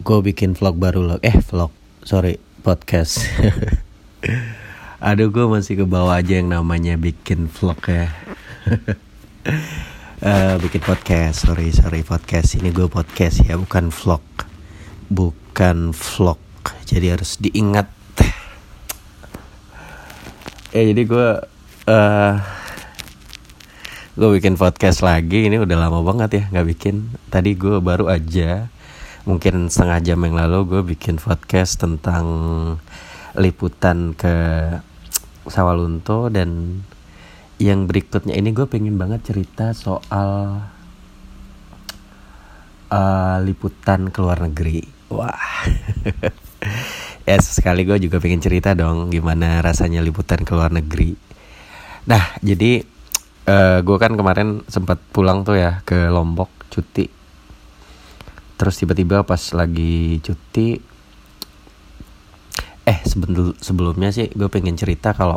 Gue bikin vlog baru loh. Podcast. Aduh, gue masih ke bawah aja yang namanya bikin vlog ya. Bikin podcast. Sorry podcast. Ini gue podcast ya, bukan vlog. Jadi harus diingat. Jadi gue bikin podcast lagi. Ini udah lama banget ya nggak bikin. Tadi gue baru aja, mungkin setengah jam yang lalu gue bikin podcast tentang liputan ke Sawalunto. Dan yang berikutnya ini gue pengen banget cerita soal liputan ke luar negeri. Wah. Ya sekali gue juga pengen cerita dong gimana rasanya liputan ke luar negeri. Nah jadi gue kan kemarin sempat pulang tuh ya ke Lombok cuti. Terus tiba-tiba pas lagi cuti, sebelumnya sih gue pengen cerita kalau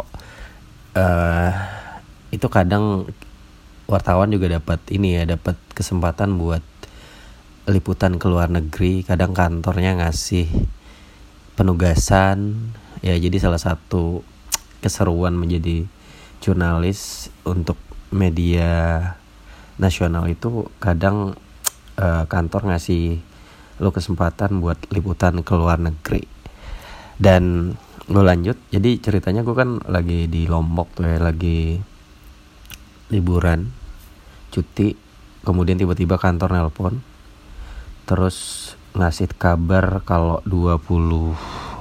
itu kadang wartawan juga dapat kesempatan buat liputan ke luar negeri. Kadang kantornya ngasih penugasan ya, jadi salah satu keseruan menjadi jurnalis untuk media nasional itu kadang kantor ngasih lo kesempatan buat liputan ke luar negeri. Dan gue lanjut, jadi ceritanya gue kan lagi di Lombok tuh ya, lagi liburan cuti. Kemudian tiba-tiba kantor nelpon, terus ngasih kabar kalau 21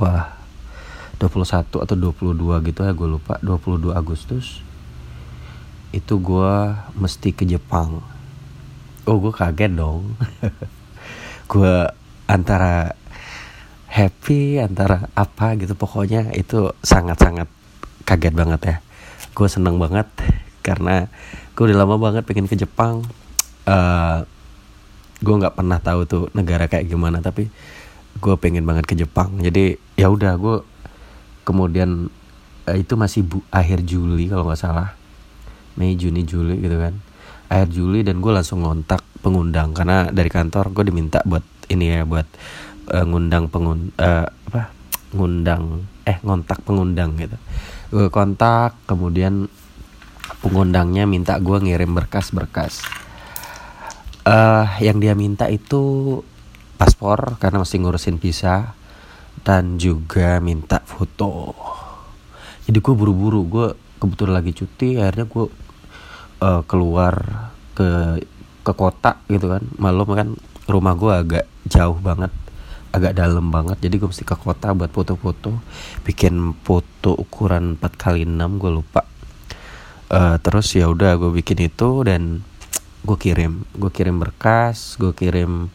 atau 22 gitu ya, gue lupa, 22 Agustus itu gue mesti ke Jepang. Oh, gue kaget dong. Gue antara happy, antara apa gitu, pokoknya itu sangat-sangat kaget banget ya. Gue seneng banget karena gue udah lama banget pengen ke Jepang. Gue nggak pernah tahu tuh negara kayak gimana, tapi gue pengen banget ke Jepang. Jadi ya udah, gue kemudian itu masih akhir Juli kalau nggak salah, Mei, Juni, Juli gitu kan, akhir Juli. Dan gue langsung ngontak pengundang karena dari kantor gue diminta buat ini ya, buat ngontak pengundang gitu. Gue kontak, kemudian pengundangnya minta gue ngirim berkas-berkas. Yang dia minta itu paspor karena mesti ngurusin visa, dan juga minta foto. Jadi gue buru-buru, gue kebetulan lagi cuti, akhirnya gue keluar ke kota gitu kan. Malum kan rumah gue agak jauh banget, agak dalam banget, jadi gue mesti ke kota buat foto-foto, bikin foto ukuran 4x6 gue lupa. Terus ya udah gue bikin itu dan gue kirim berkas, gue kirim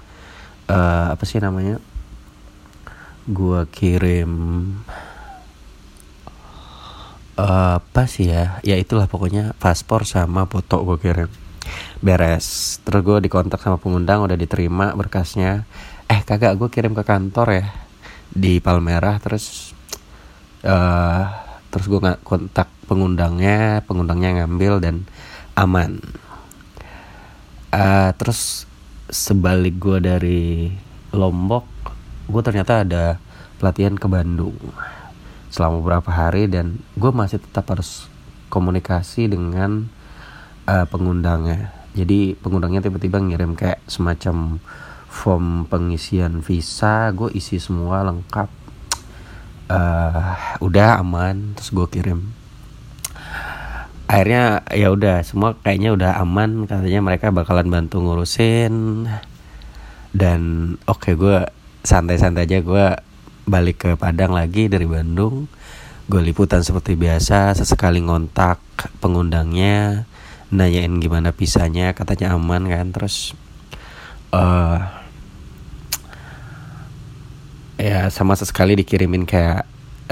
ya itulah pokoknya, paspor sama foto gue kirim, beres. Terus gue dikontak sama pengundang, udah diterima berkasnya. Kagak, gue kirim ke kantor ya di Palmerah. Terus gue kontak pengundangnya ngambil dan aman. Terus sebalik gue dari Lombok, gue ternyata ada pelatihan ke Bandung selama beberapa hari, dan gue masih tetap harus komunikasi dengan pengundangnya. Jadi pengundangnya tiba-tiba ngirim kayak semacam form pengisian visa, gue isi semua lengkap, udah aman. Terus gue kirim. Akhirnya ya udah, semua kayaknya udah aman, katanya mereka bakalan bantu ngurusin. Dan oke, gue santai-santai aja, gue balik ke Padang lagi dari Bandung. Gue liputan seperti biasa, sesekali ngontak pengundangnya, nanyain gimana visanya, katanya aman kan. Terus ya sama sesekali dikirimin kayak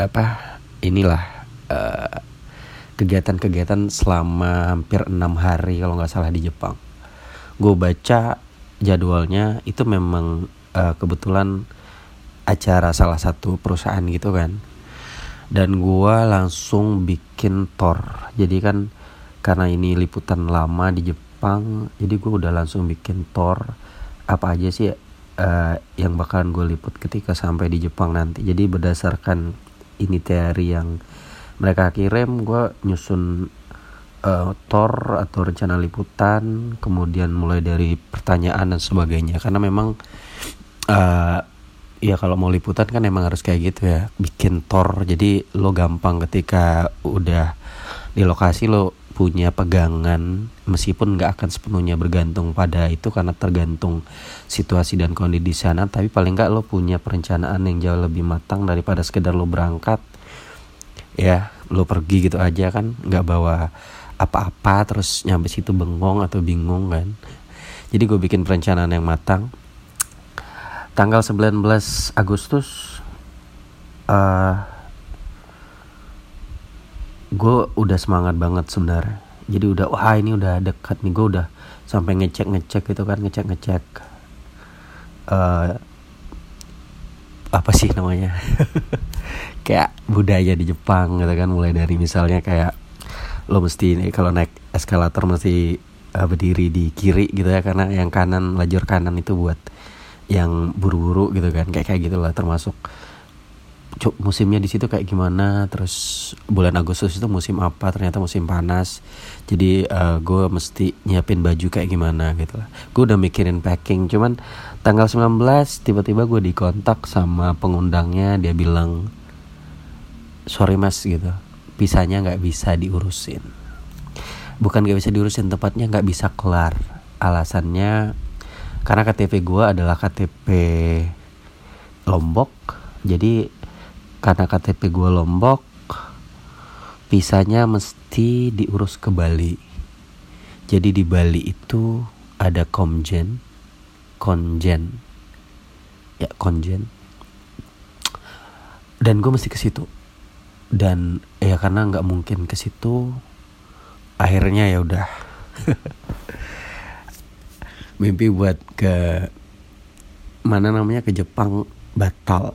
kegiatan-kegiatan selama hampir 6 hari kalau gak salah di Jepang. Gue baca jadwalnya, itu memang kebetulan acara salah satu perusahaan gitu kan. Dan gue langsung bikin tour. Jadi kan karena ini liputan lama di Jepang, jadi gue udah langsung bikin tour apa aja sih yang bakalan gue liput ketika sampai di Jepang nanti. Jadi berdasarkan itinerary yang mereka kirim, gue nyusun tour atau rencana liputan, kemudian mulai dari pertanyaan dan sebagainya. Karena memang ya kalau mau liputan kan emang harus kayak gitu ya, bikin tour. Jadi lo gampang ketika udah di lokasi, lo punya pegangan, meskipun nggak akan sepenuhnya bergantung pada itu karena tergantung situasi dan kondisi di sana, tapi paling nggak lo punya perencanaan yang jauh lebih matang daripada sekedar lo berangkat ya, lo pergi gitu aja kan, nggak bawa apa-apa terus nyampe situ bengong atau bingung kan. Jadi gue bikin perencanaan yang matang. Tanggal 19 Agustus gue udah semangat banget sebenarnya. Jadi udah, wah ini udah dekat nih. Gue udah sampai ngecek gitu kan, ngecek apa sih namanya kayak budaya di Jepang gitu kan. Mulai dari misalnya kayak lo mesti kalau naik eskalator mesti berdiri di kiri gitu ya, karena yang kanan, lajur kanan itu buat yang buru-buru gitu kan, kayak gitulah. Termasuk musimnya di situ kayak gimana, terus bulan Agustus itu musim apa, ternyata musim panas. Jadi gue mesti nyiapin baju kayak gimana gitu lah. Gue udah mikirin packing. Cuman tanggal 19 tiba-tiba gue dikontak sama pengundangnya. Dia bilang, sorry mas gitu, visanya gak bisa diurusin. Bukan gak bisa diurusin, tepatnya gak bisa kelar. Alasannya karena KTP gue adalah KTP Lombok. Jadi karena KTP gue Lombok, visanya mesti diurus ke Bali. Jadi di Bali itu ada konjen, dan gue mesti ke situ. Dan ya karena nggak mungkin ke situ, akhirnya ya udah mimpi buat ke ke Jepang batal.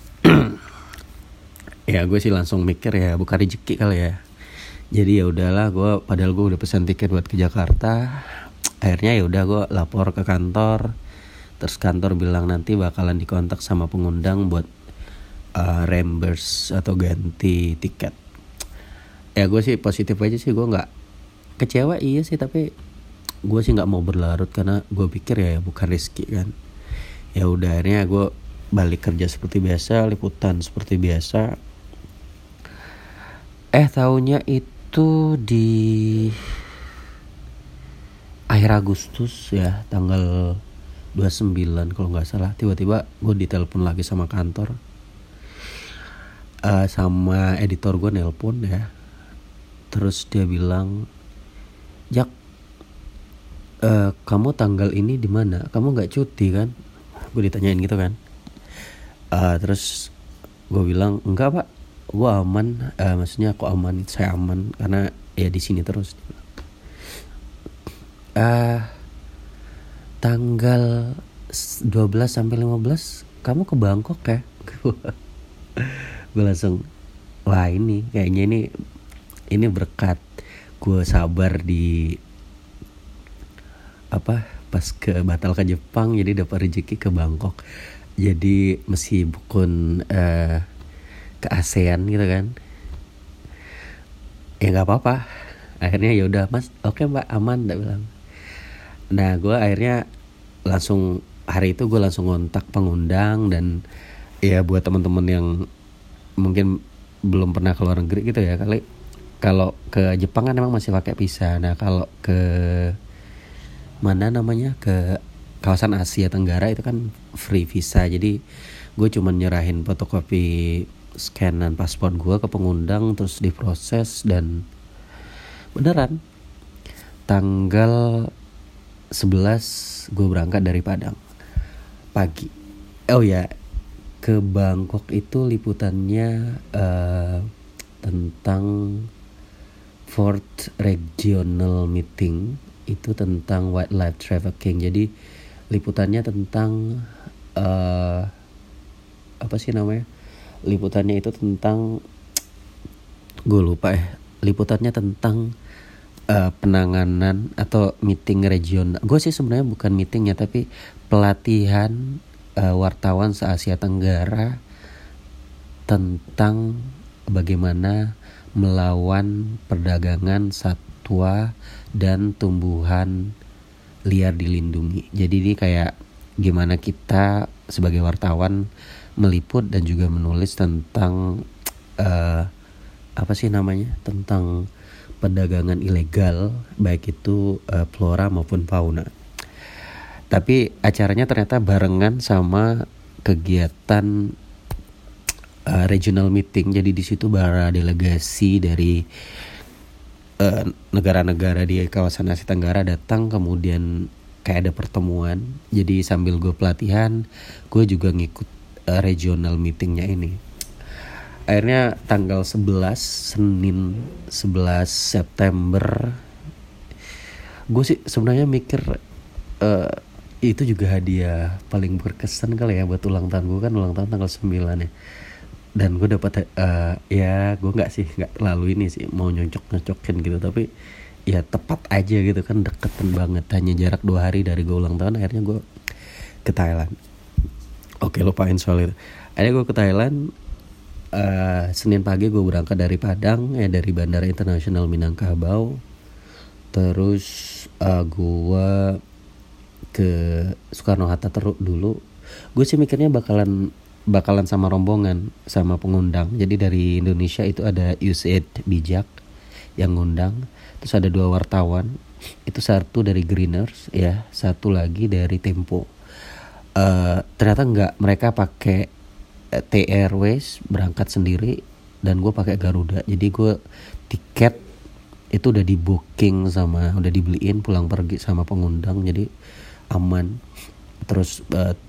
Ya gue sih langsung mikir ya bukan rezeki kali ya. Jadi ya udahlah, padahal gue udah pesan tiket buat ke Jakarta. Akhirnya ya udah gue lapor ke kantor. Terus kantor bilang nanti bakalan dikontak sama pengundang buat reimburse atau ganti tiket. Ya gue sih positif aja sih, gue nggak kecewa iya sih, tapi gue sih nggak mau berlarut karena gue pikir ya bukan rezeki kan. Ya udah akhirnya gue balik kerja seperti biasa, liputan seperti biasa. Tahunnya itu di akhir Agustus ya, tanggal 29 kalau nggak salah. Tiba-tiba gue ditelepon lagi sama kantor, sama editor gue nelpon ya. Terus dia bilang, Jak, kamu tanggal ini di mana? Kamu nggak cuti kan? Gue ditanyain gitu kan. Terus gue bilang enggak pak, gue aman. Maksudnya aku aman, saya aman karena ya di sini terus. Tanggal 12 sampai 15 kamu ke Bangkok ya? Gue langsung, wah ini kayaknya ini berkat gue sabar di pas batal ke Jepang, jadi dapat rezeki ke Bangkok. Jadi meskipun ke ASEAN gitu kan, ya nggak apa-apa. Akhirnya ya udah mas, oke mbak, aman, dia bilang. Nah gue akhirnya langsung hari itu gue langsung kontak pengundang. Dan ya buat teman-teman yang mungkin belum pernah ke luar negeri gitu ya, kali kalau ke Jepang kan emang masih pakai visa. Nah kalau ke ke kawasan Asia Tenggara itu kan free visa. Jadi gue cuma nyerahin fotokopi scanan paspor gue ke pengundang, terus diproses. Dan beneran tanggal 11 gue berangkat dari Padang pagi. Oh ya, ke Bangkok itu liputannya tentang Fourth Regional Meeting, itu tentang wildlife trafficking. Jadi liputannya tentang liputannya itu tentang, gue lupa ya, liputannya tentang penanganan atau meeting regional. Gue sih sebenarnya bukan meeting ya, tapi pelatihan wartawan se-Asia Tenggara tentang bagaimana melawan perdagangan satwa dan tumbuhan liar dilindungi. Jadi ini kayak gimana kita sebagai wartawan meliput dan juga menulis tentang tentang perdagangan ilegal, baik itu flora maupun fauna. Tapi acaranya ternyata barengan sama kegiatan regional meeting. Jadi di situ para delegasi dari negara-negara di kawasan Asia Tenggara datang, kemudian kayak ada pertemuan. Jadi sambil gue pelatihan, gue juga ngikut regional meetingnya ini. Akhirnya tanggal 11 Senin 11 September gue sih sebenarnya mikir itu juga hadiah paling berkesan kali ya buat ulang tahun gue. Kan ulang tahun tanggal 9 ya. Dan gue dapat ya gue nggak lalu ini sih mau nyocok-nyocokin gitu, tapi ya tepat aja gitu kan, deketan banget, hanya jarak 2 hari dari gue ulang tahun. Akhirnya gue ke Thailand. Oke, lupain soal itu. Akhirnya gue ke Thailand. Senin pagi gue berangkat dari Padang, dari Bandara Internasional Minangkabau. Terus gue ke Soekarno-Hatta dulu. Gue sih mikirnya bakalan sama rombongan, sama pengundang. Jadi dari Indonesia itu ada USAID Bijak yang ngundang. Terus ada 2 wartawan. Itu satu dari Greeners ya, satu lagi dari Tempo. Ternyata enggak, mereka pakai T Airways berangkat sendiri dan gue pakai Garuda. Jadi gue tiket itu udah di booking sama udah dibeliin pulang pergi sama pengundang, jadi aman. Terus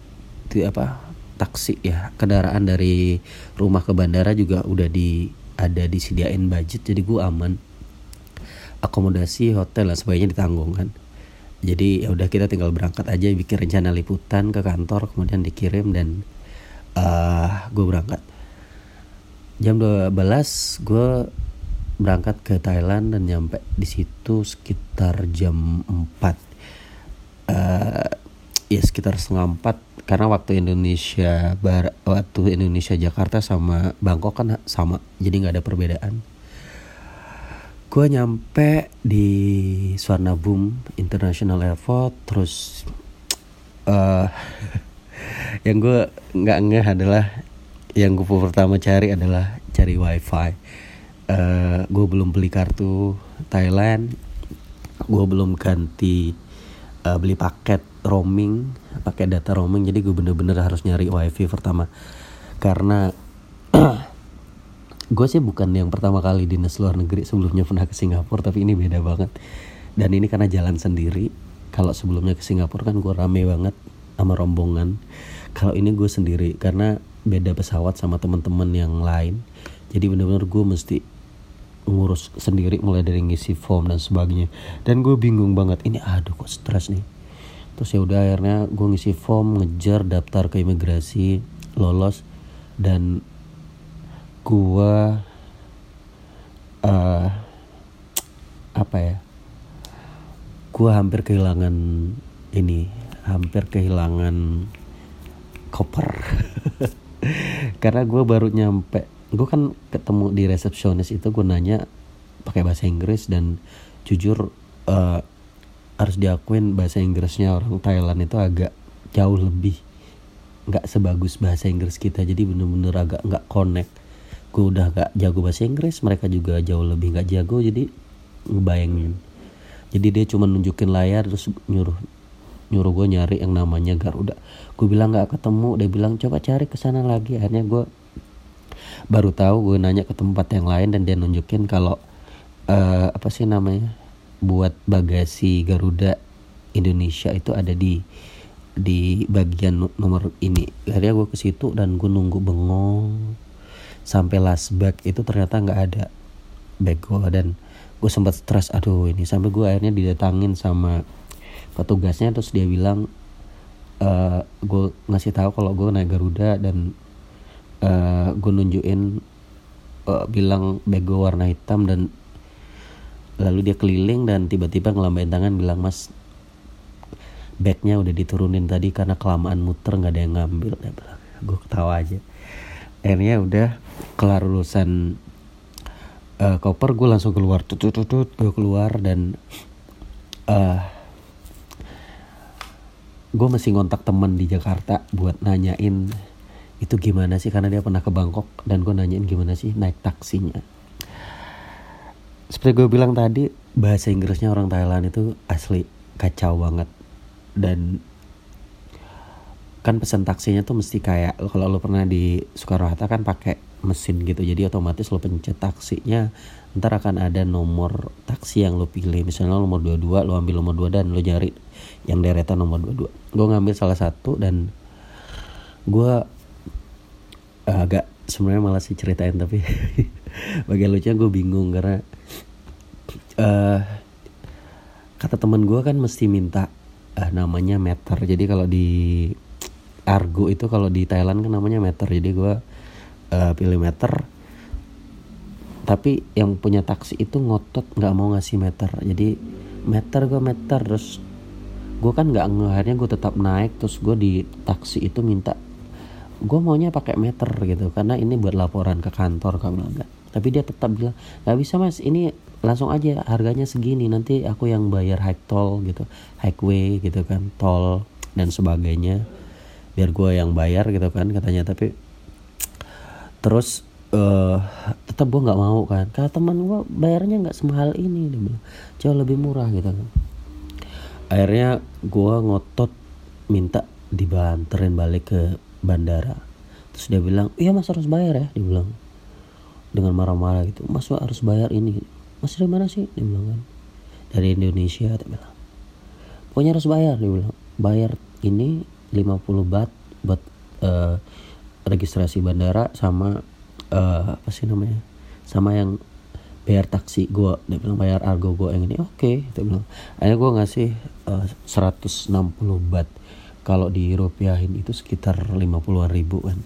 taksi ya, kendaraan dari rumah ke bandara juga udah ada disediain budget, jadi gue aman. Akomodasi hotel lah sebaiknya ditanggung kan. Jadi ya udah, kita tinggal berangkat aja, bikin rencana liputan ke kantor, kemudian dikirim dan gue berangkat. Jam 12 gue berangkat ke Thailand dan nyampe di situ sekitar jam 4. Ya sekitar 3:30 karena waktu Indonesia Jakarta sama Bangkok kan sama, jadi nggak ada perbedaan. Gue nyampe di Suvarnabhumi International Airport. Terus yang gue nggak ngeh adalah, yang gue pertama cari wifi. Gue belum beli kartu Thailand, gue belum ganti beli paket roaming, pakai data roaming. Jadi gue bener-bener harus nyari wifi pertama, karena gue sih bukan yang pertama kali dinas luar negeri, sebelumnya pernah ke Singapura, tapi ini beda banget. Dan ini karena jalan sendiri. Kalau sebelumnya ke Singapura kan gue rame banget sama rombongan. Kalau ini gue sendiri karena beda pesawat sama teman-teman yang lain. Jadi benar-benar gue mesti ngurus sendiri, mulai dari ngisi form dan sebagainya. Dan gue bingung banget, ini kok stres nih. Terus ya udah, akhirnya gue ngisi form, ngejar daftar ke imigrasi, lolos. Dan gue gue hampir kehilangan koper. Karena gue baru nyampe, gue kan ketemu di resepsionis itu, gue nanya pakai bahasa Inggris, dan jujur harus diakuin bahasa Inggrisnya orang Thailand itu agak jauh lebih nggak sebagus bahasa Inggris kita. Jadi bener-bener agak nggak connect. Gue udah gak jago bahasa Inggris, mereka juga jauh lebih gak jago. Jadi ngebayangin, jadi dia cuma nunjukin layar terus nyuruh gue nyari yang namanya Garuda. Gue bilang gak ketemu, dia bilang coba cari kesana lagi. Akhirnya gue baru tahu, gue nanya ke tempat yang lain dan dia nunjukin kalau buat bagasi Garuda Indonesia itu ada di bagian nomor ini. Akhirnya gue ke situ dan gue nunggu bengong sampai last bag itu, ternyata nggak ada bag gue. Dan gue sempat stres, ini, sampai gue akhirnya didatangin sama petugasnya. Terus dia bilang, gue ngasih tahu kalau gue naik Garuda, dan gue nunjukin, bilang bag gue warna hitam. Dan lalu dia keliling dan tiba-tiba ngelambain tangan bilang, Mas, bagnya udah diturunin tadi karena kelamaan muter nggak ada yang ngambil. Gue ketawa aja. Akhirnya udah kelar urusan koper, gue langsung keluar, gue keluar dan gue masih ngontak teman di Jakarta buat nanyain itu gimana sih, karena dia pernah ke Bangkok, dan gue nanyain gimana sih naik taksinya. Seperti gue bilang tadi, bahasa Inggrisnya orang Thailand itu asli kacau banget. Dan kan pesan taksinya tuh mesti kayak, kalau lo pernah di Soekarno-Hatta kan pakai mesin gitu, jadi otomatis lo pencet taksinya, ntar akan ada nomor taksi yang lo pilih. Misalnya nomor 22, lo ambil nomor 2 dan lo nyari yang deretan nomor 22. Gue ngambil salah satu dan gue agak sebenarnya malah sih ceritain, tapi bagian lucunya gue bingung karena kata teman gue kan mesti minta namanya meter. Jadi kalau di Argo itu, kalau di Thailand kan namanya meter. Jadi gue pilih meter, tapi yang punya taksi itu ngotot nggak mau ngasih meter. Jadi gue meter, terus gue kan nggak, akhirnya gue tetap naik. Terus gue di taksi itu minta, gue maunya pakai meter gitu karena ini buat laporan ke kantor. Kamu bilang enggak, tapi dia tetap bilang nggak bisa mas, ini langsung aja harganya segini, nanti aku yang bayar high toll gitu, highway gitu kan, tol dan sebagainya, biar gue yang bayar gitu kan katanya. Tapi terus tetap gue nggak mau kan, kata teman gue bayarnya nggak semahal ini, dia bilang jauh lebih murah gitu kan. Akhirnya gue ngotot minta dibanterin balik ke bandara. Terus dia bilang, iya mas harus bayar ya, dia bilang dengan marah-marah gitu. Mas harus bayar ini. Mas dari mana sih, dia bilang kan, dari Indonesia, dia bilang pokoknya harus bayar, dia bilang bayar ini 50 baht buat registrasi bandara sama apa sih namanya, sama yang bayar taksi gue. Dia bilang bayar Argo gue yang ini. Oke, dia bilang. Akhirnya gue ngasih 160 baht. Kalau dirupiahin itu sekitar 50-an ribu kan.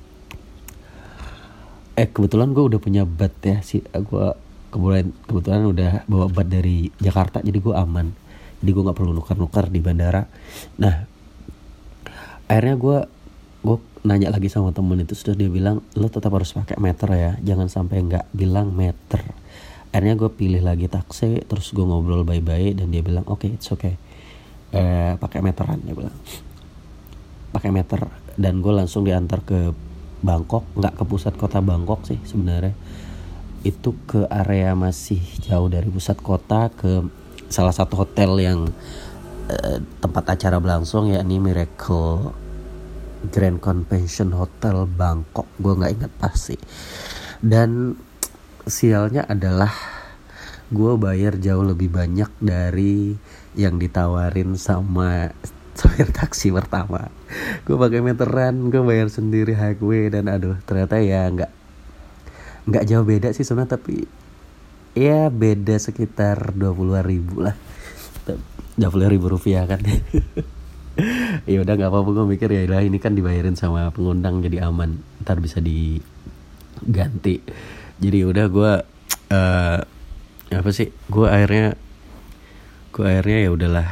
Kebetulan gue udah punya bat ya, gue kebetulan udah bawa bat dari Jakarta, jadi gue aman. Jadi gue nggak perlu nukar-nukar di bandara. Nah, akhirnya gue nanya lagi sama temen itu, sudah dia bilang lo tetap harus pakai meter ya, jangan sampai nggak bilang meter. Akhirnya gue pilih lagi taksi, terus gue ngobrol baik-baik dan dia bilang oke, it's okay, pakai meteran, dia bilang pakai meter. Dan gue langsung diantar ke Bangkok, nggak ke pusat kota Bangkok sih sebenarnya, itu ke area masih jauh dari pusat kota, ke salah satu hotel yang tempat acara berlangsung, yakni Miracle Grand Convention Hotel Bangkok. Gue nggak ingat pasti. Dan sialnya adalah gue bayar jauh lebih banyak dari yang ditawarin sama sopir taksi pertama. Gue pakai meteran, gue bayar sendiri highway, dan aduh ternyata ya nggak jauh beda sih sebenarnya, tapi ya beda sekitar 20 ribu lah, 20 ribu rupiah kan. Ya udah nggak apa-apa, gue mikir ya lah ini kan dibayarin sama pengundang jadi aman, ntar bisa diganti. Jadi udah gue apa sih, gue akhirnya ya udahlah,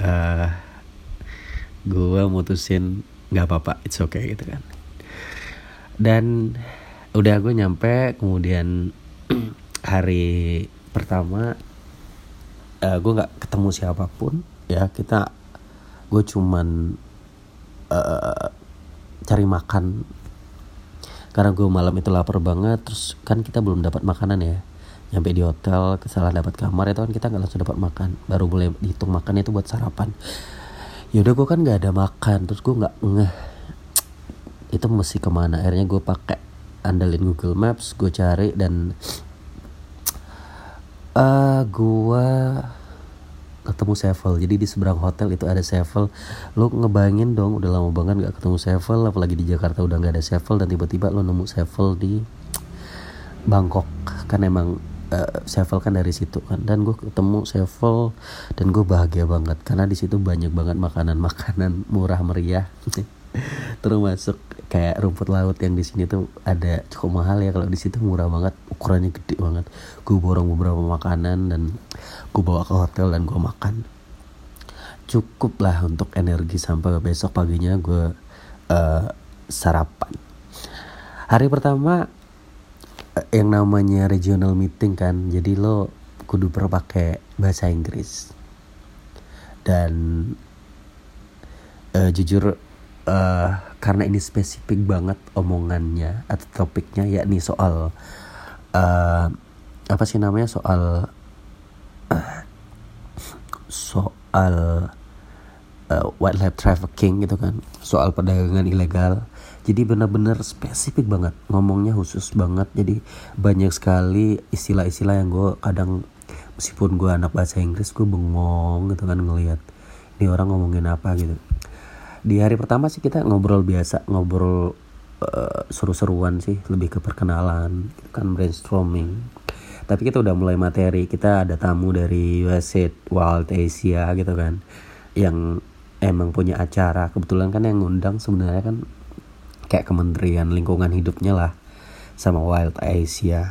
gue mutusin nggak apa-apa, it's okay gitu kan. Dan udah gue nyampe, kemudian hari pertama gue nggak ketemu siapapun ya, gue cuman cari makan karena gue malam itu lapar banget. Terus kan kita belum dapat makanan ya, nyampe di hotel salah dapat kamar itu kan kita nggak langsung dapat makan, baru boleh dihitung makannya itu buat sarapan. Yaudah gue kan nggak ada makan, terus gue nggak ngeh itu mesti kemana. Akhirnya gue pakai andalin Google Maps, gue cari dan gue ketemu Sevel. Jadi di seberang hotel itu ada Sevel. Lo ngebayangin dong, udah lama banget gak ketemu Sevel, apalagi di Jakarta udah gak ada Sevel, dan tiba-tiba lo nemu Sevel di Bangkok. Kan emang Sevel kan dari situ kan. Dan gue ketemu Sevel dan gue bahagia banget karena di situ banyak banget makanan murah meriah. Termasuk kayak rumput laut yang di sini tuh ada cukup mahal ya, kalau di situ murah banget, ukurannya gede banget. Gue borong beberapa makanan dan gue bawa ke hotel dan gue makan. cukup lah untuk energi sampai besok paginya gue sarapan. Hari pertama yang namanya regional meeting kan, jadi lo kudu berpakai bahasa Inggris. Dan jujur karena ini spesifik banget omongannya atau topiknya, yakni soal apa sih namanya, soal wildlife trafficking gitu kan, soal perdagangan ilegal. Jadi benar-benar spesifik banget, ngomongnya khusus banget. Jadi banyak sekali istilah-istilah yang gue kadang, meskipun gue anak bahasa Inggris, gue bengong gitu kan ngelihat ini orang ngomongin apa gitu. Di hari pertama sih kita ngobrol biasa, ngobrol seru-seruan sih, lebih ke perkenalan gitu kan, brainstorming. Tapi kita udah mulai materi, kita ada tamu dari USAID Wild Asia gitu kan, yang emang punya acara. Kebetulan kan yang ngundang sebenarnya kan kayak Kementerian Lingkungan Hidupnya lah, sama Wild Asia,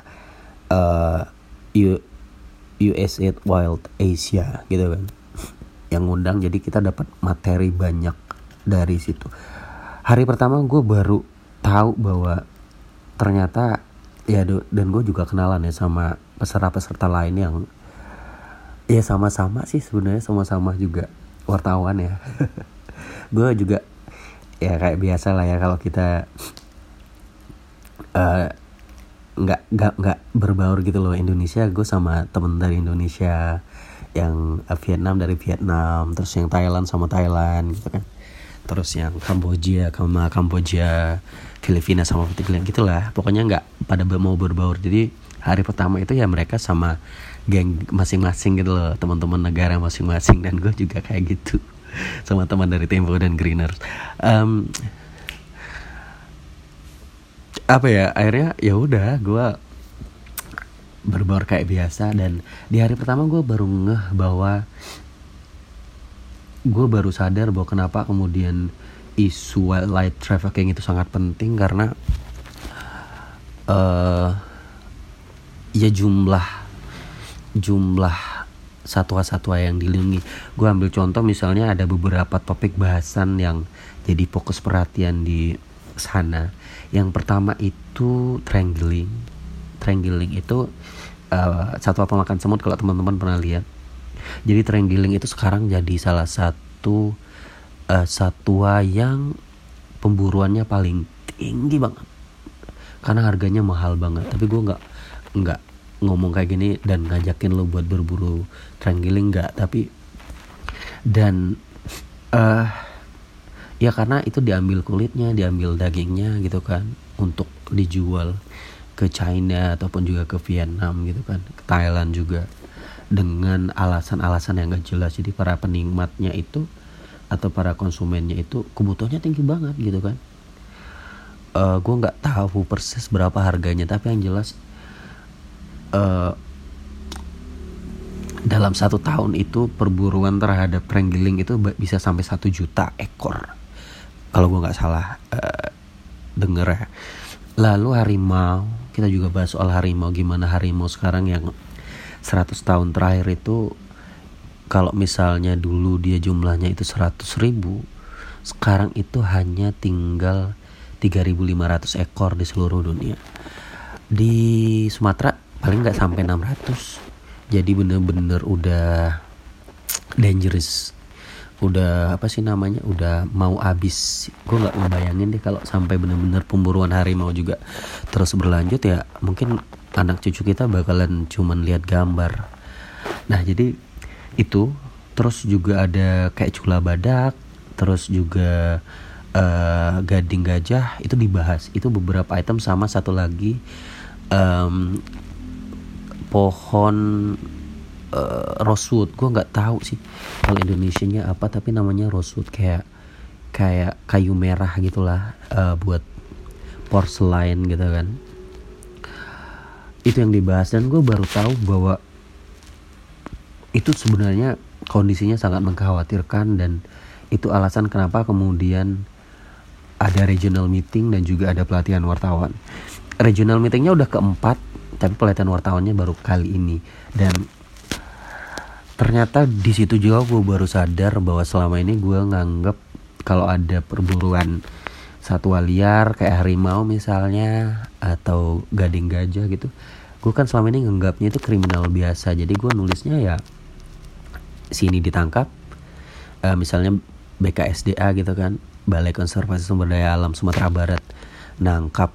USAID Wild Asia gitu kan, yang ngundang. Jadi kita dapat materi banyak dari situ. Hari pertama gue baru tahu bahwa ternyata ya, dan gue juga kenalan ya sama peserta-peserta lain yang ya sama-sama sih sebenarnya, sama-sama juga wartawan ya. Gue juga ya kayak biasa lah ya, kalau kita nggak berbaur gitu loh Indonesia. Gue sama temen dari Indonesia, yang Vietnam dari Vietnam, terus yang Thailand sama Thailand gitu kan, terus yang Kamboja sama Kamboja, Filipina sama Filipina gitulah. Pokoknya nggak pada mau berbaur. Jadi hari pertama itu ya mereka sama geng masing-masing gitu loh, teman-teman negara masing-masing, dan gue juga kayak gitu sama teman dari Tempo dan Greeners. Apa ya, akhirnya ya udah gue berbaur kayak biasa. Dan di hari pertama gue baru ngeh bahwa, gue baru sadar bahwa kenapa kemudian isu wildlife trafficking itu sangat penting. Karena ya jumlah satwa-satwa yang dilindungi. Gue ambil contoh misalnya ada beberapa topik bahasan yang jadi fokus perhatian di sana. Yang pertama itu triangling. Triangling itu satwa pemakan semut, kalau teman-teman pernah lihat. Jadi triangling itu sekarang jadi salah satu satwa yang pemburuannya paling tinggi banget, karena harganya mahal banget. Tapi gue nggak ngomong kayak gini dan ngajakin lo buat berburu triangling, nggak. Tapi dan ya karena itu diambil kulitnya, diambil dagingnya gitu kan, untuk dijual ke China ataupun juga ke Vietnam gitu kan, ke Thailand juga, dengan alasan-alasan yang gak jelas. Jadi para penikmatnya itu atau para konsumennya itu kebutuhannya tinggi banget gitu kan. Gue nggak tahu persis berapa harganya, tapi yang jelas dalam 1 tahun itu perburuan terhadap triangling itu bisa sampai 1 juta ekor, kalau gue nggak salah denger ya. Lalu harimau, kita juga bahas soal harimau, gimana harimau sekarang yang 100 tahun terakhir itu, kalau misalnya dulu dia jumlahnya itu 100.000, sekarang itu hanya tinggal 3.500 ekor di seluruh dunia. Di Sumatera paling nggak sampai 600. Jadi bener-bener udah dangerous, udah apa sih namanya, udah mau habis. Gue nggak ngebayangin deh kalau sampai bener-bener pemburuan harimau juga terus berlanjut, ya mungkin anak cucu kita bakalan cuman lihat gambar. Nah jadi itu, terus juga ada kayak cula badak, terus juga gading gajah, itu dibahas. Itu beberapa item, sama satu lagi pohon rosewood. Gue nggak tahu sih kalau Indonesianya apa, tapi namanya rosewood, kayak kayu merah gitulah, buat porselen gitu kan. Itu yang dibahas, dan gue baru tahu bahwa itu sebenarnya kondisinya sangat mengkhawatirkan, dan itu alasan kenapa kemudian ada regional meeting dan juga ada pelatihan wartawan. Regional meetingnya udah keempat, tapi pelatihan wartawannya baru kali ini. Dan Ternyata di situ juga gue baru sadar bahwa selama ini gue nganggep kalau ada perburuan satwa liar kayak harimau misalnya atau gading gajah gitu, gue kan selama ini nganggapnya itu kriminal biasa. Jadi gue nulisnya ya sini ditangkap, misalnya BKSDA gitu kan, Balai Konservasi Sumber Daya Alam Sumatera Barat, nangkap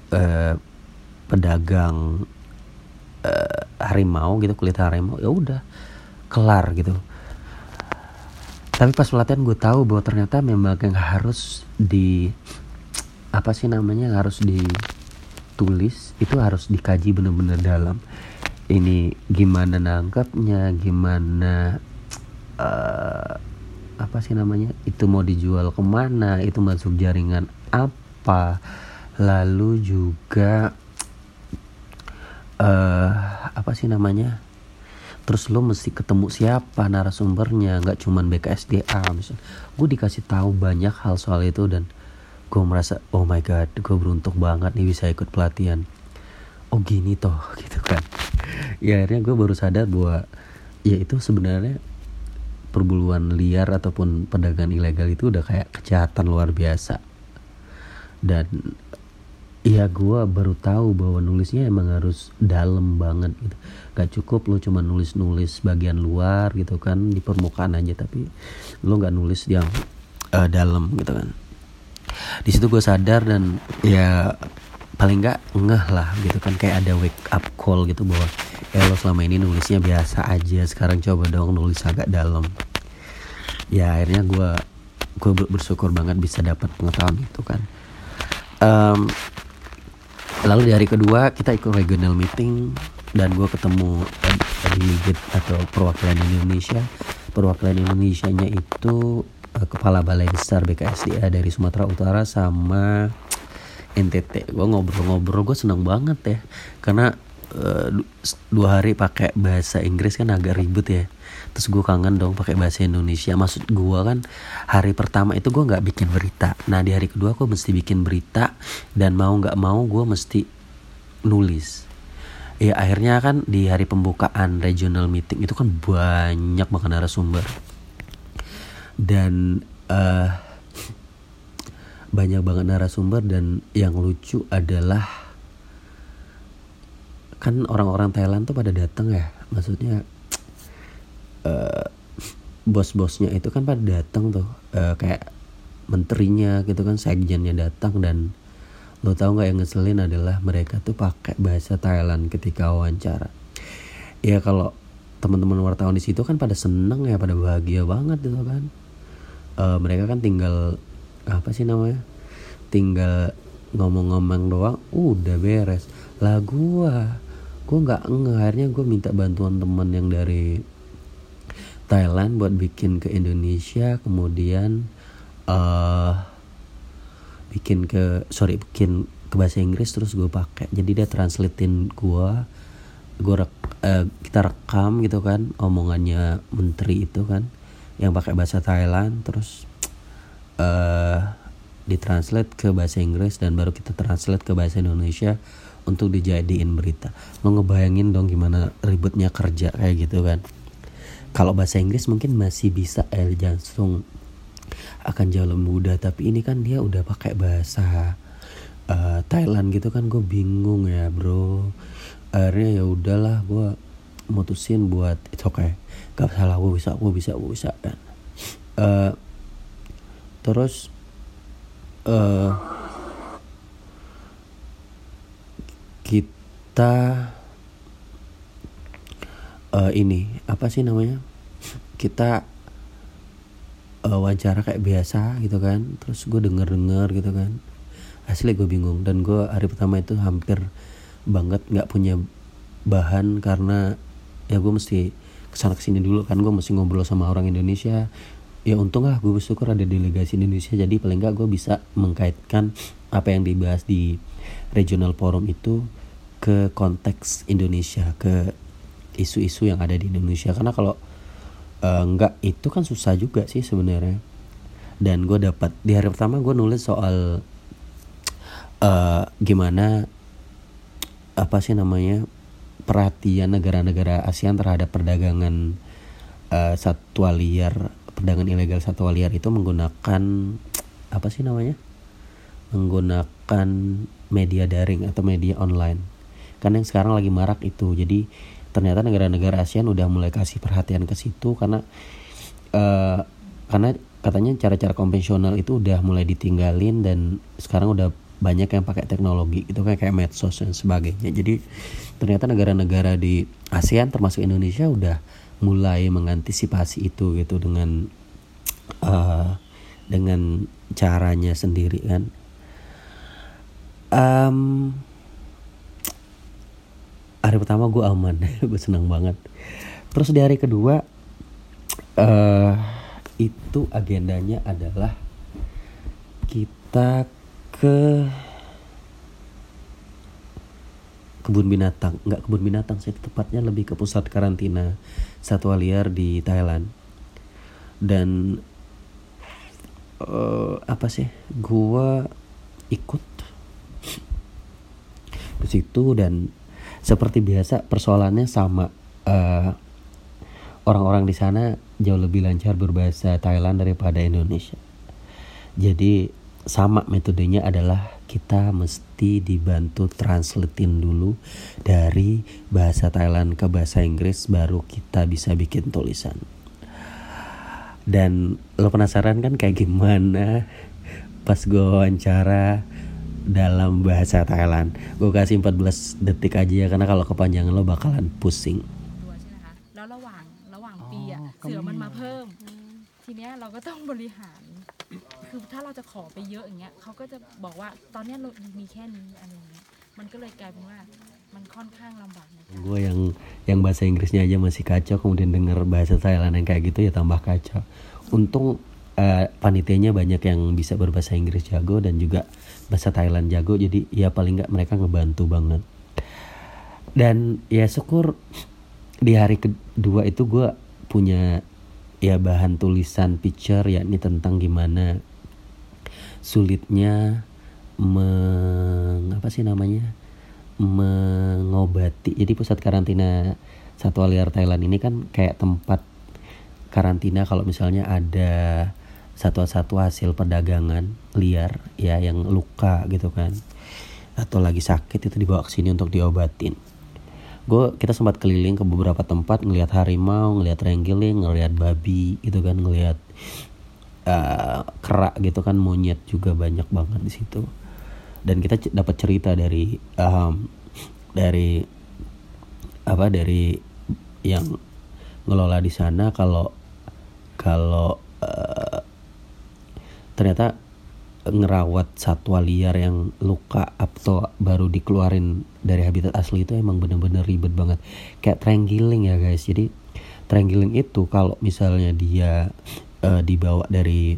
pedagang harimau gitu, kulit harimau, ya udah kelar gitu. Tapi pas pelatihan gue tahu bahwa ternyata memang yang harus harus ditulis itu harus dikaji benar-benar dalam. Ini gimana nangkapnya, gimana itu mau dijual kemana, itu masuk jaringan apa, lalu juga terus lo mesti ketemu siapa narasumbernya, nggak cuman BKSDA misalnya. Gue dikasih tahu banyak hal soal itu dan gue merasa oh my god, gue beruntung banget nih bisa ikut pelatihan. Oh gini toh gitu kan. Ya akhirnya gue baru sadar bahwa ya itu sebenarnya perburuan liar ataupun perdagangan ilegal itu udah kayak kejahatan luar biasa. Dan ya gue baru tahu bahwa nulisnya emang harus dalam banget gitu. Gak cukup lo cuma nulis bagian luar gitu kan, di permukaan aja, tapi lo gak nulis yang dalam gitu kan. Di situ gue sadar dan ya paling gak ngeh lah gitu kan, kayak ada wake up call gitu bahwa ya lo selama ini nulisnya biasa aja, sekarang coba dong nulis agak dalam. Ya akhirnya gue bersyukur banget bisa dapat pengetahuan itu kan. Lalu di hari kedua kita ikut regional meeting dan gue ketemu delegate atau perwakilan Indonesia. Perwakilan Indonesianya itu kepala balai besar BKSDA dari Sumatera Utara sama NTT. Gue ngobrol-ngobrol, gue seneng banget ya, karena 2 hari pakai bahasa Inggris kan agak ribet ya. Terus gue kangen dong pakai bahasa Indonesia. Maksud gue kan hari pertama itu gue nggak bikin berita. Nah di hari kedua gue mesti bikin berita dan mau nggak mau gue mesti nulis. Ya akhirnya kan di hari pembukaan regional meeting itu kan banyak banget narasumber dan banyak banget narasumber, dan yang lucu adalah kan orang-orang Thailand tuh pada datang ya, maksudnya bos-bosnya itu kan pada datang tuh, kayak menterinya gitu kan, sekjennya datang. Dan lo tau nggak yang ngeselin adalah mereka tuh pakai bahasa Thailand ketika wawancara. Ya kalau teman-teman wartawan di situ kan pada seneng ya, pada bahagia banget gitu kan. Mereka kan tinggal tinggal ngomong-ngomong doang udah beres lah. Gue nggak akhirnya gue minta bantuan teman yang dari Thailand buat bikin ke Indonesia, kemudian bikin ke bahasa Inggris, terus gue pakai. Jadi dia translatein kita rekam gitu kan omongannya menteri itu kan yang pakai bahasa Thailand, terus ditranslate ke bahasa Inggris dan baru kita translate ke bahasa Indonesia untuk dijadiin berita. Lo ngebayangin dong gimana ribetnya kerja kayak gitu kan. Kalau bahasa Inggris mungkin masih bisa langsung akan jauh lebih mudah, tapi ini kan dia udah pakai bahasa Thailand gitu kan. Gue bingung ya bro. Akhirnya ya udahlah, gue mutusin buat it's okay, gak salah, gue bisa kan. Terus kita kita wawancara kayak biasa gitu kan. Terus gue denger gitu kan, asli gue bingung. Dan gue hari pertama itu hampir banget gak punya bahan, karena ya gue mesti kesana kesini dulu kan, gue mesti ngobrol sama orang Indonesia. Ya untung lah, gue bersyukur ada delegasi Indonesia, jadi paling gak gue bisa mengkaitkan apa yang dibahas di regional forum itu ke konteks Indonesia, ke isu-isu yang ada di Indonesia. Karena kalau enggak itu kan susah juga sih sebenarnya. Dan gue dapat di hari pertama gue nulis soal gimana perhatian negara-negara ASEAN terhadap perdagangan satwa liar, perdagangan ilegal satwa liar itu menggunakan apa sih namanya? Menggunakan media daring atau media online. Karena yang sekarang lagi marak itu. Jadi ternyata negara-negara ASEAN udah mulai kasih perhatian ke situ karena katanya cara-cara konvensional itu udah mulai ditinggalin dan sekarang udah banyak yang pakai teknologi itu kayak medsos dan sebagainya. Jadi ternyata negara-negara di ASEAN termasuk Indonesia udah mulai mengantisipasi itu gitu dengan caranya sendiri kan. Hari pertama gue aman, gue senang banget. Terus di hari kedua itu agendanya adalah kita ke kebun binatang, nggak kebun binatang sih, tepatnya lebih ke pusat karantina satwa liar di Thailand. Dan gue ikut ke situ dan seperti biasa persoalannya sama, orang-orang di sana jauh lebih lancar berbahasa Thailand daripada Indonesia. Jadi sama metodenya adalah kita mesti dibantu translatein dulu dari bahasa Thailand ke bahasa Inggris baru kita bisa bikin tulisan. Dan lo penasaran kan kayak gimana pas gue wawancara dalam bahasa Thailand? Gue kasih 14 detik aja ya, karena kalau kepanjangan lo bakalan pusing. ตัวใช่ไหมคะแล้วระหว่างปีอ่ะเสือมันมาเพิ่มทีเนี้ยเราก็ต้องบริหารคือถ้าเราจะขอไปเยอะอย่างเงี้ยเขาก็จะบอกว่าตอนเนี้ยเรามีแค่นี้อะไรอย่างเงี้ยมันก็เลยกลายเป็นว่ามันค่อนข้างลำบากนะ Gue yang bahasa Inggrisnya aja masih kacau, kemudian denger bahasa Thailand yang kayak gitu ya tambah kacau. Untung panitianya banyak yang bisa berbahasa Inggris jago dan juga bahasa Thailand jago, jadi ya paling nggak mereka ngebantu banget. Dan ya syukur di hari kedua itu gue punya ya bahan tulisan picture, yakni tentang gimana sulitnya mengobati. Jadi pusat karantina satwa liar Thailand ini kan kayak tempat karantina kalau misalnya ada satwa-satwa hasil perdagangan liar ya yang luka gitu kan atau lagi sakit, itu dibawa ke sini untuk diobatin. Kita sempat keliling ke beberapa tempat, ngelihat harimau, ngelihat renggiling, ngelihat babi gitu kan, ngelihat kera gitu kan, monyet juga banyak banget di situ. Dan kita dapat cerita dari yang ngelola di sana kalau ternyata ngerawat satwa liar yang luka atau baru dikeluarin dari habitat asli itu emang bener-bener ribet banget. Kayak terenggiling ya guys. Jadi terenggiling itu kalau misalnya dia dibawa dari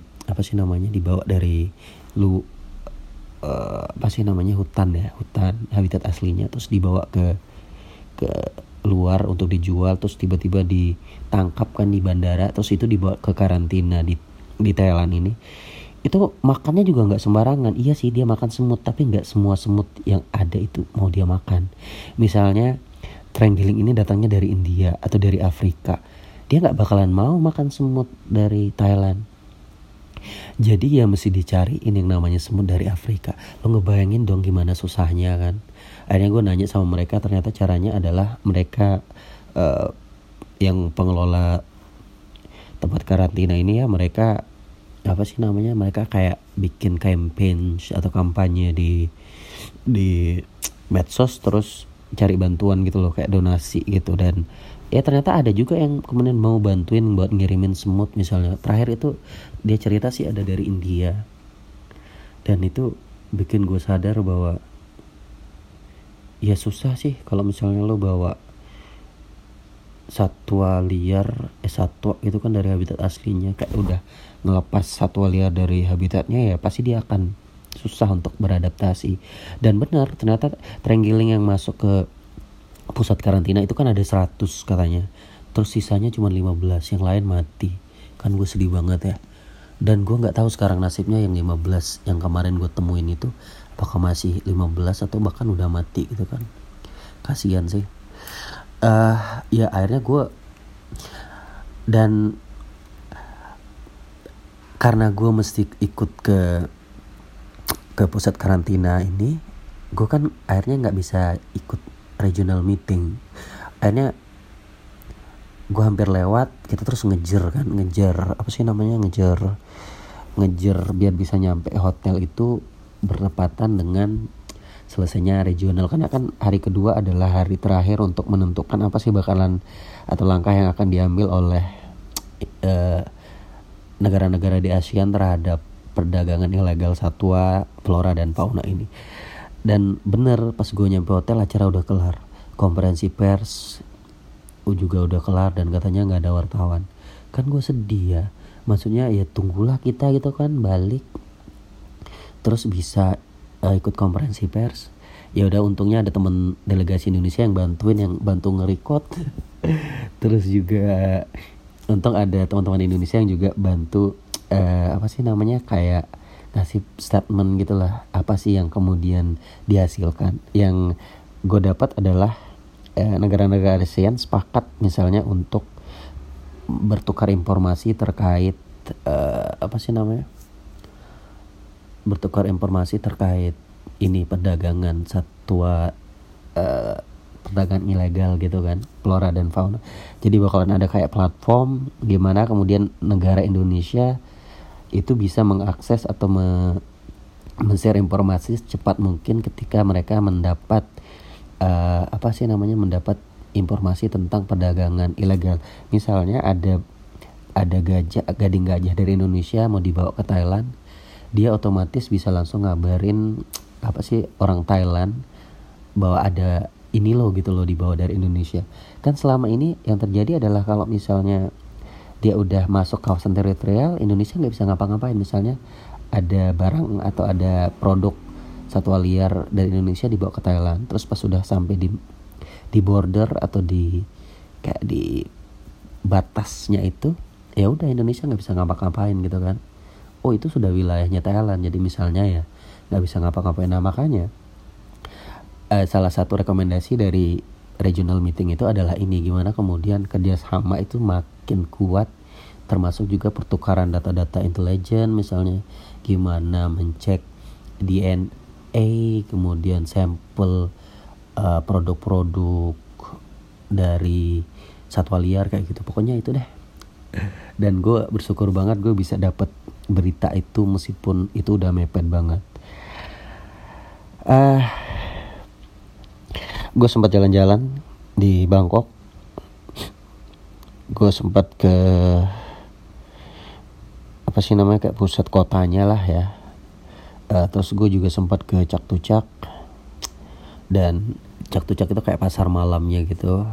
hutan habitat aslinya, terus dibawa ke luar untuk dijual, terus tiba-tiba ditangkap kan di bandara, terus itu dibawa ke karantina di Thailand ini. Itu makannya juga nggak sembarangan. Iya sih dia makan semut, tapi nggak semua semut yang ada itu mau dia makan. Misalnya terenggiling ini datangnya dari India atau dari Afrika, dia nggak bakalan mau makan semut dari Thailand. Jadi ya mesti dicariin yang namanya semut dari Afrika. Lo ngebayangin dong gimana susahnya kan. Akhirnya gue nanya sama mereka, ternyata caranya adalah mereka yang pengelola tempat karantina ini ya, mereka mereka kayak bikin campaign atau kampanye di medsos, terus cari bantuan gitu loh, kayak donasi gitu. Dan ya ternyata ada juga yang kemudian mau bantuin buat ngirimin semut misalnya. Terakhir itu dia cerita sih ada dari India, dan itu bikin gue sadar bahwa ya susah sih kalau misalnya lo bawa satwa liar satwa itu kan dari habitat aslinya, kayak udah ngelepas satwa liar dari habitatnya, ya pasti dia akan susah untuk beradaptasi. Dan benar, ternyata terenggiling yang masuk ke pusat karantina itu kan ada 100 katanya, terus sisanya cuma 15, yang lain mati. Kan gue sedih banget ya. Dan gue gak tahu sekarang nasibnya yang 15 yang kemarin gue temuin itu, apakah masih 15 atau bahkan udah mati gitu kan. Kasian sih. Ya akhirnya gue Dan karena gue mesti ikut ke pusat karantina ini, gue kan akhirnya nggak bisa ikut regional meeting. Akhirnya gue hampir lewat, kita terus ngejar apa sih namanya, ngejar biar bisa nyampe hotel itu bertepatan dengan selesainya regional. Karena kan hari kedua adalah hari terakhir untuk menentukan apa sih bakalan atau langkah yang akan diambil oleh negara-negara di ASEAN terhadap perdagangan ilegal satwa, flora dan fauna ini. Dan bener, pas gue nyampe hotel acara udah kelar, konferensi pers juga udah kelar dan katanya nggak ada wartawan. Kan gue sedih ya, maksudnya ya tunggulah kita gitu kan balik terus bisa ikut konferensi pers. Ya udah, untungnya ada temen delegasi Indonesia yang bantu nge-record. Terus juga untung ada teman-teman Indonesia yang juga bantu apa sih namanya, kayak ngasih statement gitulah, apa sih yang kemudian dihasilkan. Yang gue dapat adalah negara-negara ASEAN sepakat misalnya untuk bertukar informasi terkait bertukar informasi terkait ini perdagangan satwa, perdagangan ilegal gitu kan, flora dan fauna. Jadi bakalan ada kayak platform gimana kemudian negara Indonesia itu bisa mengakses atau men-share informasi secepat mungkin ketika mereka mendapat mendapat informasi tentang perdagangan ilegal. Misalnya ada gading gajah dari Indonesia mau dibawa ke Thailand, dia otomatis bisa langsung ngabarin orang Thailand bahwa ada ini loh gitu loh dibawa dari Indonesia. Kan selama ini yang terjadi adalah kalau misalnya dia udah masuk kawasan teritorial, Indonesia nggak bisa ngapa-ngapain. Misalnya ada barang atau ada produk satwa liar dari Indonesia dibawa ke Thailand, terus pas sudah sampai di border atau di batasnya itu, ya udah Indonesia nggak bisa ngapa-ngapain gitu kan. Oh, itu sudah wilayahnya Thailand, jadi misalnya ya nggak bisa ngapa-ngapain. Nah makanya salah satu rekomendasi dari regional meeting itu adalah ini, gimana kemudian kerjasama itu makin kuat, termasuk juga pertukaran data-data intelijen, misalnya gimana mencek DNA, kemudian sampel produk-produk dari satwa liar kayak gitu. Pokoknya itu deh. Dan gue bersyukur banget gue bisa dapat berita itu meskipun itu udah mepet banget. Gue sempat jalan-jalan di Bangkok. Gue sempat ke kayak pusat kotanya lah ya. Terus gue juga sempat ke Chatuchak. Dan Chatuchak itu kayak pasar malamnya gitu.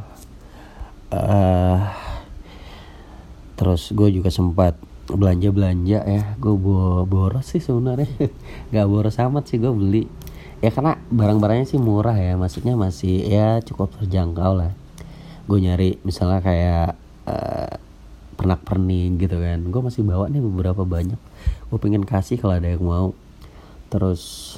Terus gue juga sempat belanja ya. Gue boros sih sebenarnya. Gak boros amat sih gue beli. Ya karena barang-barangnya sih murah ya. Maksudnya masih ya cukup terjangkau lah. Gue nyari misalnya kayak pernak-pernik gitu kan. Gue masih bawa nih beberapa banyak. Gue pengen kasih kalau ada yang mau. Terus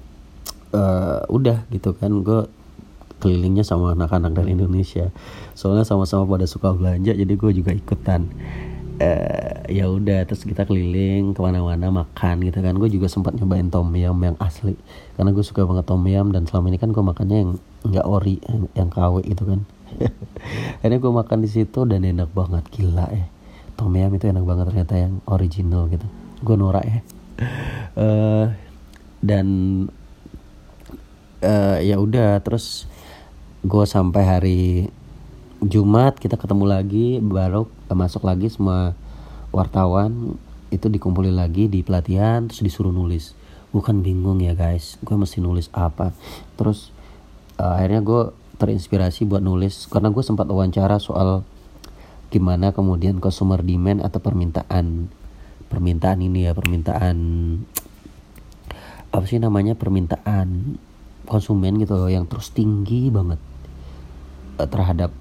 udah gitu kan, gue kelilingnya sama anak-anak dari Indonesia. Soalnya sama-sama pada suka belanja, jadi gue juga ikutan. Ya udah, terus kita keliling kemana-mana makan gitu kan. Gue juga sempat nyobain tom yum yang asli, karena gue suka banget tom yum. Dan selama ini kan gue makannya yang nggak ori, yang KW gitu kan. Akhirnya gue makan di situ dan enak banget, gila ya. Tom yum itu enak banget ternyata, yang original gitu. Gue norak ya. Dan ya udah, terus gue sampai hari Jumat, kita ketemu lagi, baru masuk lagi semua wartawan itu dikumpulin lagi di pelatihan, terus disuruh nulis. Gue kan bingung ya guys, gue mesti nulis apa. Terus akhirnya gue terinspirasi buat nulis, karena gue sempat wawancara soal gimana kemudian consumer demand atau permintaan konsumen gitu loh, yang terus tinggi banget terhadap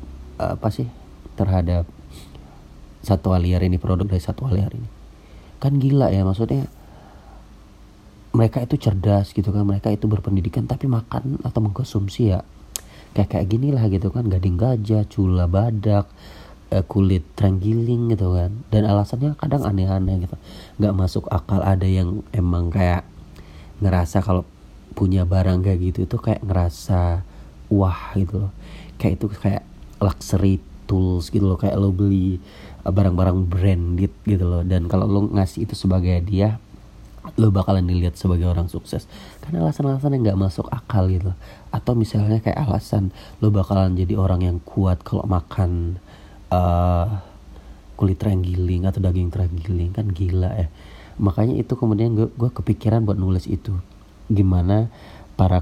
satwa liar ini, produk dari satwa liar ini. Kan gila ya, maksudnya mereka itu cerdas gitu kan, mereka itu berpendidikan, tapi makan atau mengkonsumsi ya kayak gini lah gitu kan, gading gajah, cula badak, kulit terenggiling gitu kan, dan alasannya kadang aneh-aneh gitu, nggak masuk akal. Ada yang emang kayak ngerasa kalau punya barang kayak gitu itu kayak ngerasa wah gitu loh, kayak itu kayak luxury tools gitu loh, kayak lo beli barang-barang branded gitu loh, dan kalau lo ngasih itu sebagai hadiah lo bakalan dilihat sebagai orang sukses. Karena alasan-alasan yang nggak masuk akal gitu. Atau misalnya kayak alasan lo bakalan jadi orang yang kuat kalau makan kulit terenggiling atau daging terenggiling, kan gila ya. Makanya itu kemudian gue kepikiran buat nulis itu, gimana para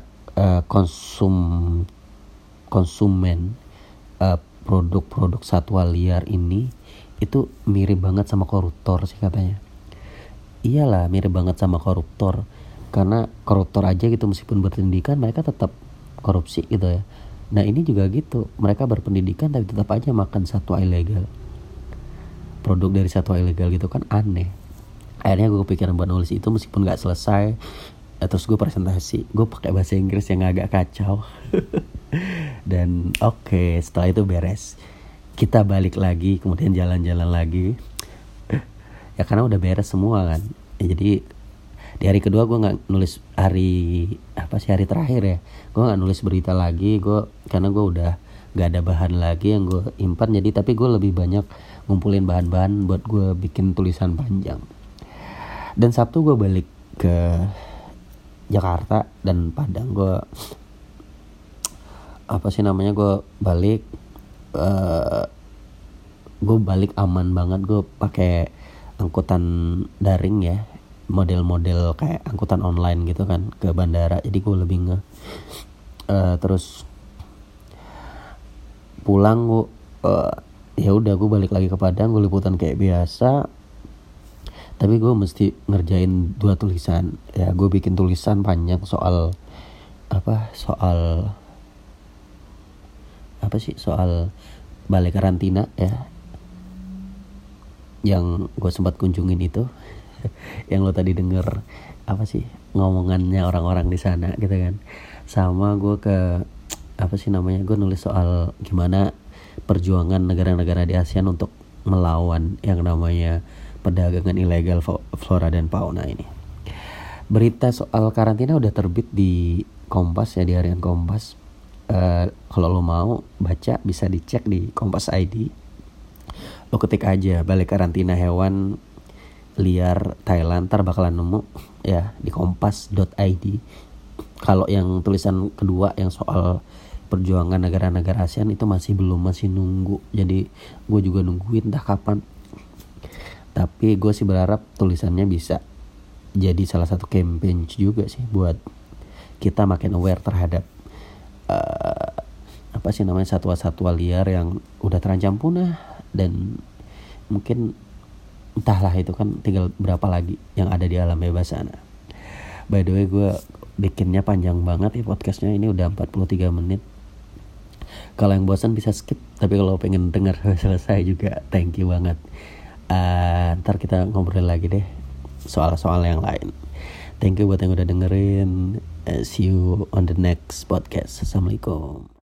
konsumen produk-produk satwa liar ini itu mirip banget sama koruptor sih katanya. Iyalah, mirip banget sama koruptor, karena koruptor aja gitu meskipun berpendidikan mereka tetap korupsi gitu ya. Nah ini juga gitu, mereka berpendidikan tapi tetap aja makan satwa ilegal, produk dari satwa ilegal gitu, kan aneh. Akhirnya gue kepikiran buat nulis itu meskipun gak selesai. Terus gue presentasi, gue pakai bahasa Inggris yang agak kacau. Dan oke, setelah itu beres, kita balik lagi, kemudian jalan-jalan lagi. Ya karena udah beres semua kan ya, jadi di hari kedua gue nggak nulis, hari terakhir ya, gue nggak nulis berita lagi, karena gue udah nggak ada bahan lagi yang gue impan. Jadi tapi gue lebih banyak ngumpulin bahan-bahan buat gue bikin tulisan panjang. Dan Sabtu gue balik ke Jakarta dan Padang, gue balik aman banget. Gue pakai angkutan daring ya, model-model kayak angkutan online gitu kan, ke bandara. Jadi gue lebih terus pulang gue ya udah gue balik lagi ke Padang, gue liputan kayak biasa. Tapi gue mesti ngerjain 2 tulisan ya. Gue bikin tulisan panjang soal balai karantina ya, yang gue sempat kunjungin itu. Yang lo tadi denger ngomongannya orang-orang di sana gitu kan. Sama gue gue nulis soal gimana perjuangan negara-negara di ASEAN untuk melawan yang namanya perdagangan ilegal flora dan fauna ini. Berita soal karantina udah terbit di Kompas ya, di harian Kompas. Kalau lo mau baca bisa dicek di Kompas ID. Lo ketik aja balai karantina hewan liar Thailand, ntar bakalan nemu ya di kompas.id. Kalau yang tulisan kedua yang soal perjuangan negara-negara ASEAN itu masih nunggu. Jadi gue juga nungguin entah kapan. Tapi gue sih berharap tulisannya bisa jadi salah satu campaign juga sih buat kita makin aware terhadap satwa-satwa liar yang udah terancam punah. Dan mungkin entahlah itu kan tinggal berapa lagi yang ada di alam bebas sana. By the way, gue bikinnya panjang banget ya podcastnya, ini udah 43 menit. Kalau yang bosan bisa skip, tapi kalau pengen denger selesai juga thank you banget. Ntar kita ngobrol lagi deh soal-soal yang lain. Thank you buat yang udah dengerin. See you on the next podcast. Assalamualaikum.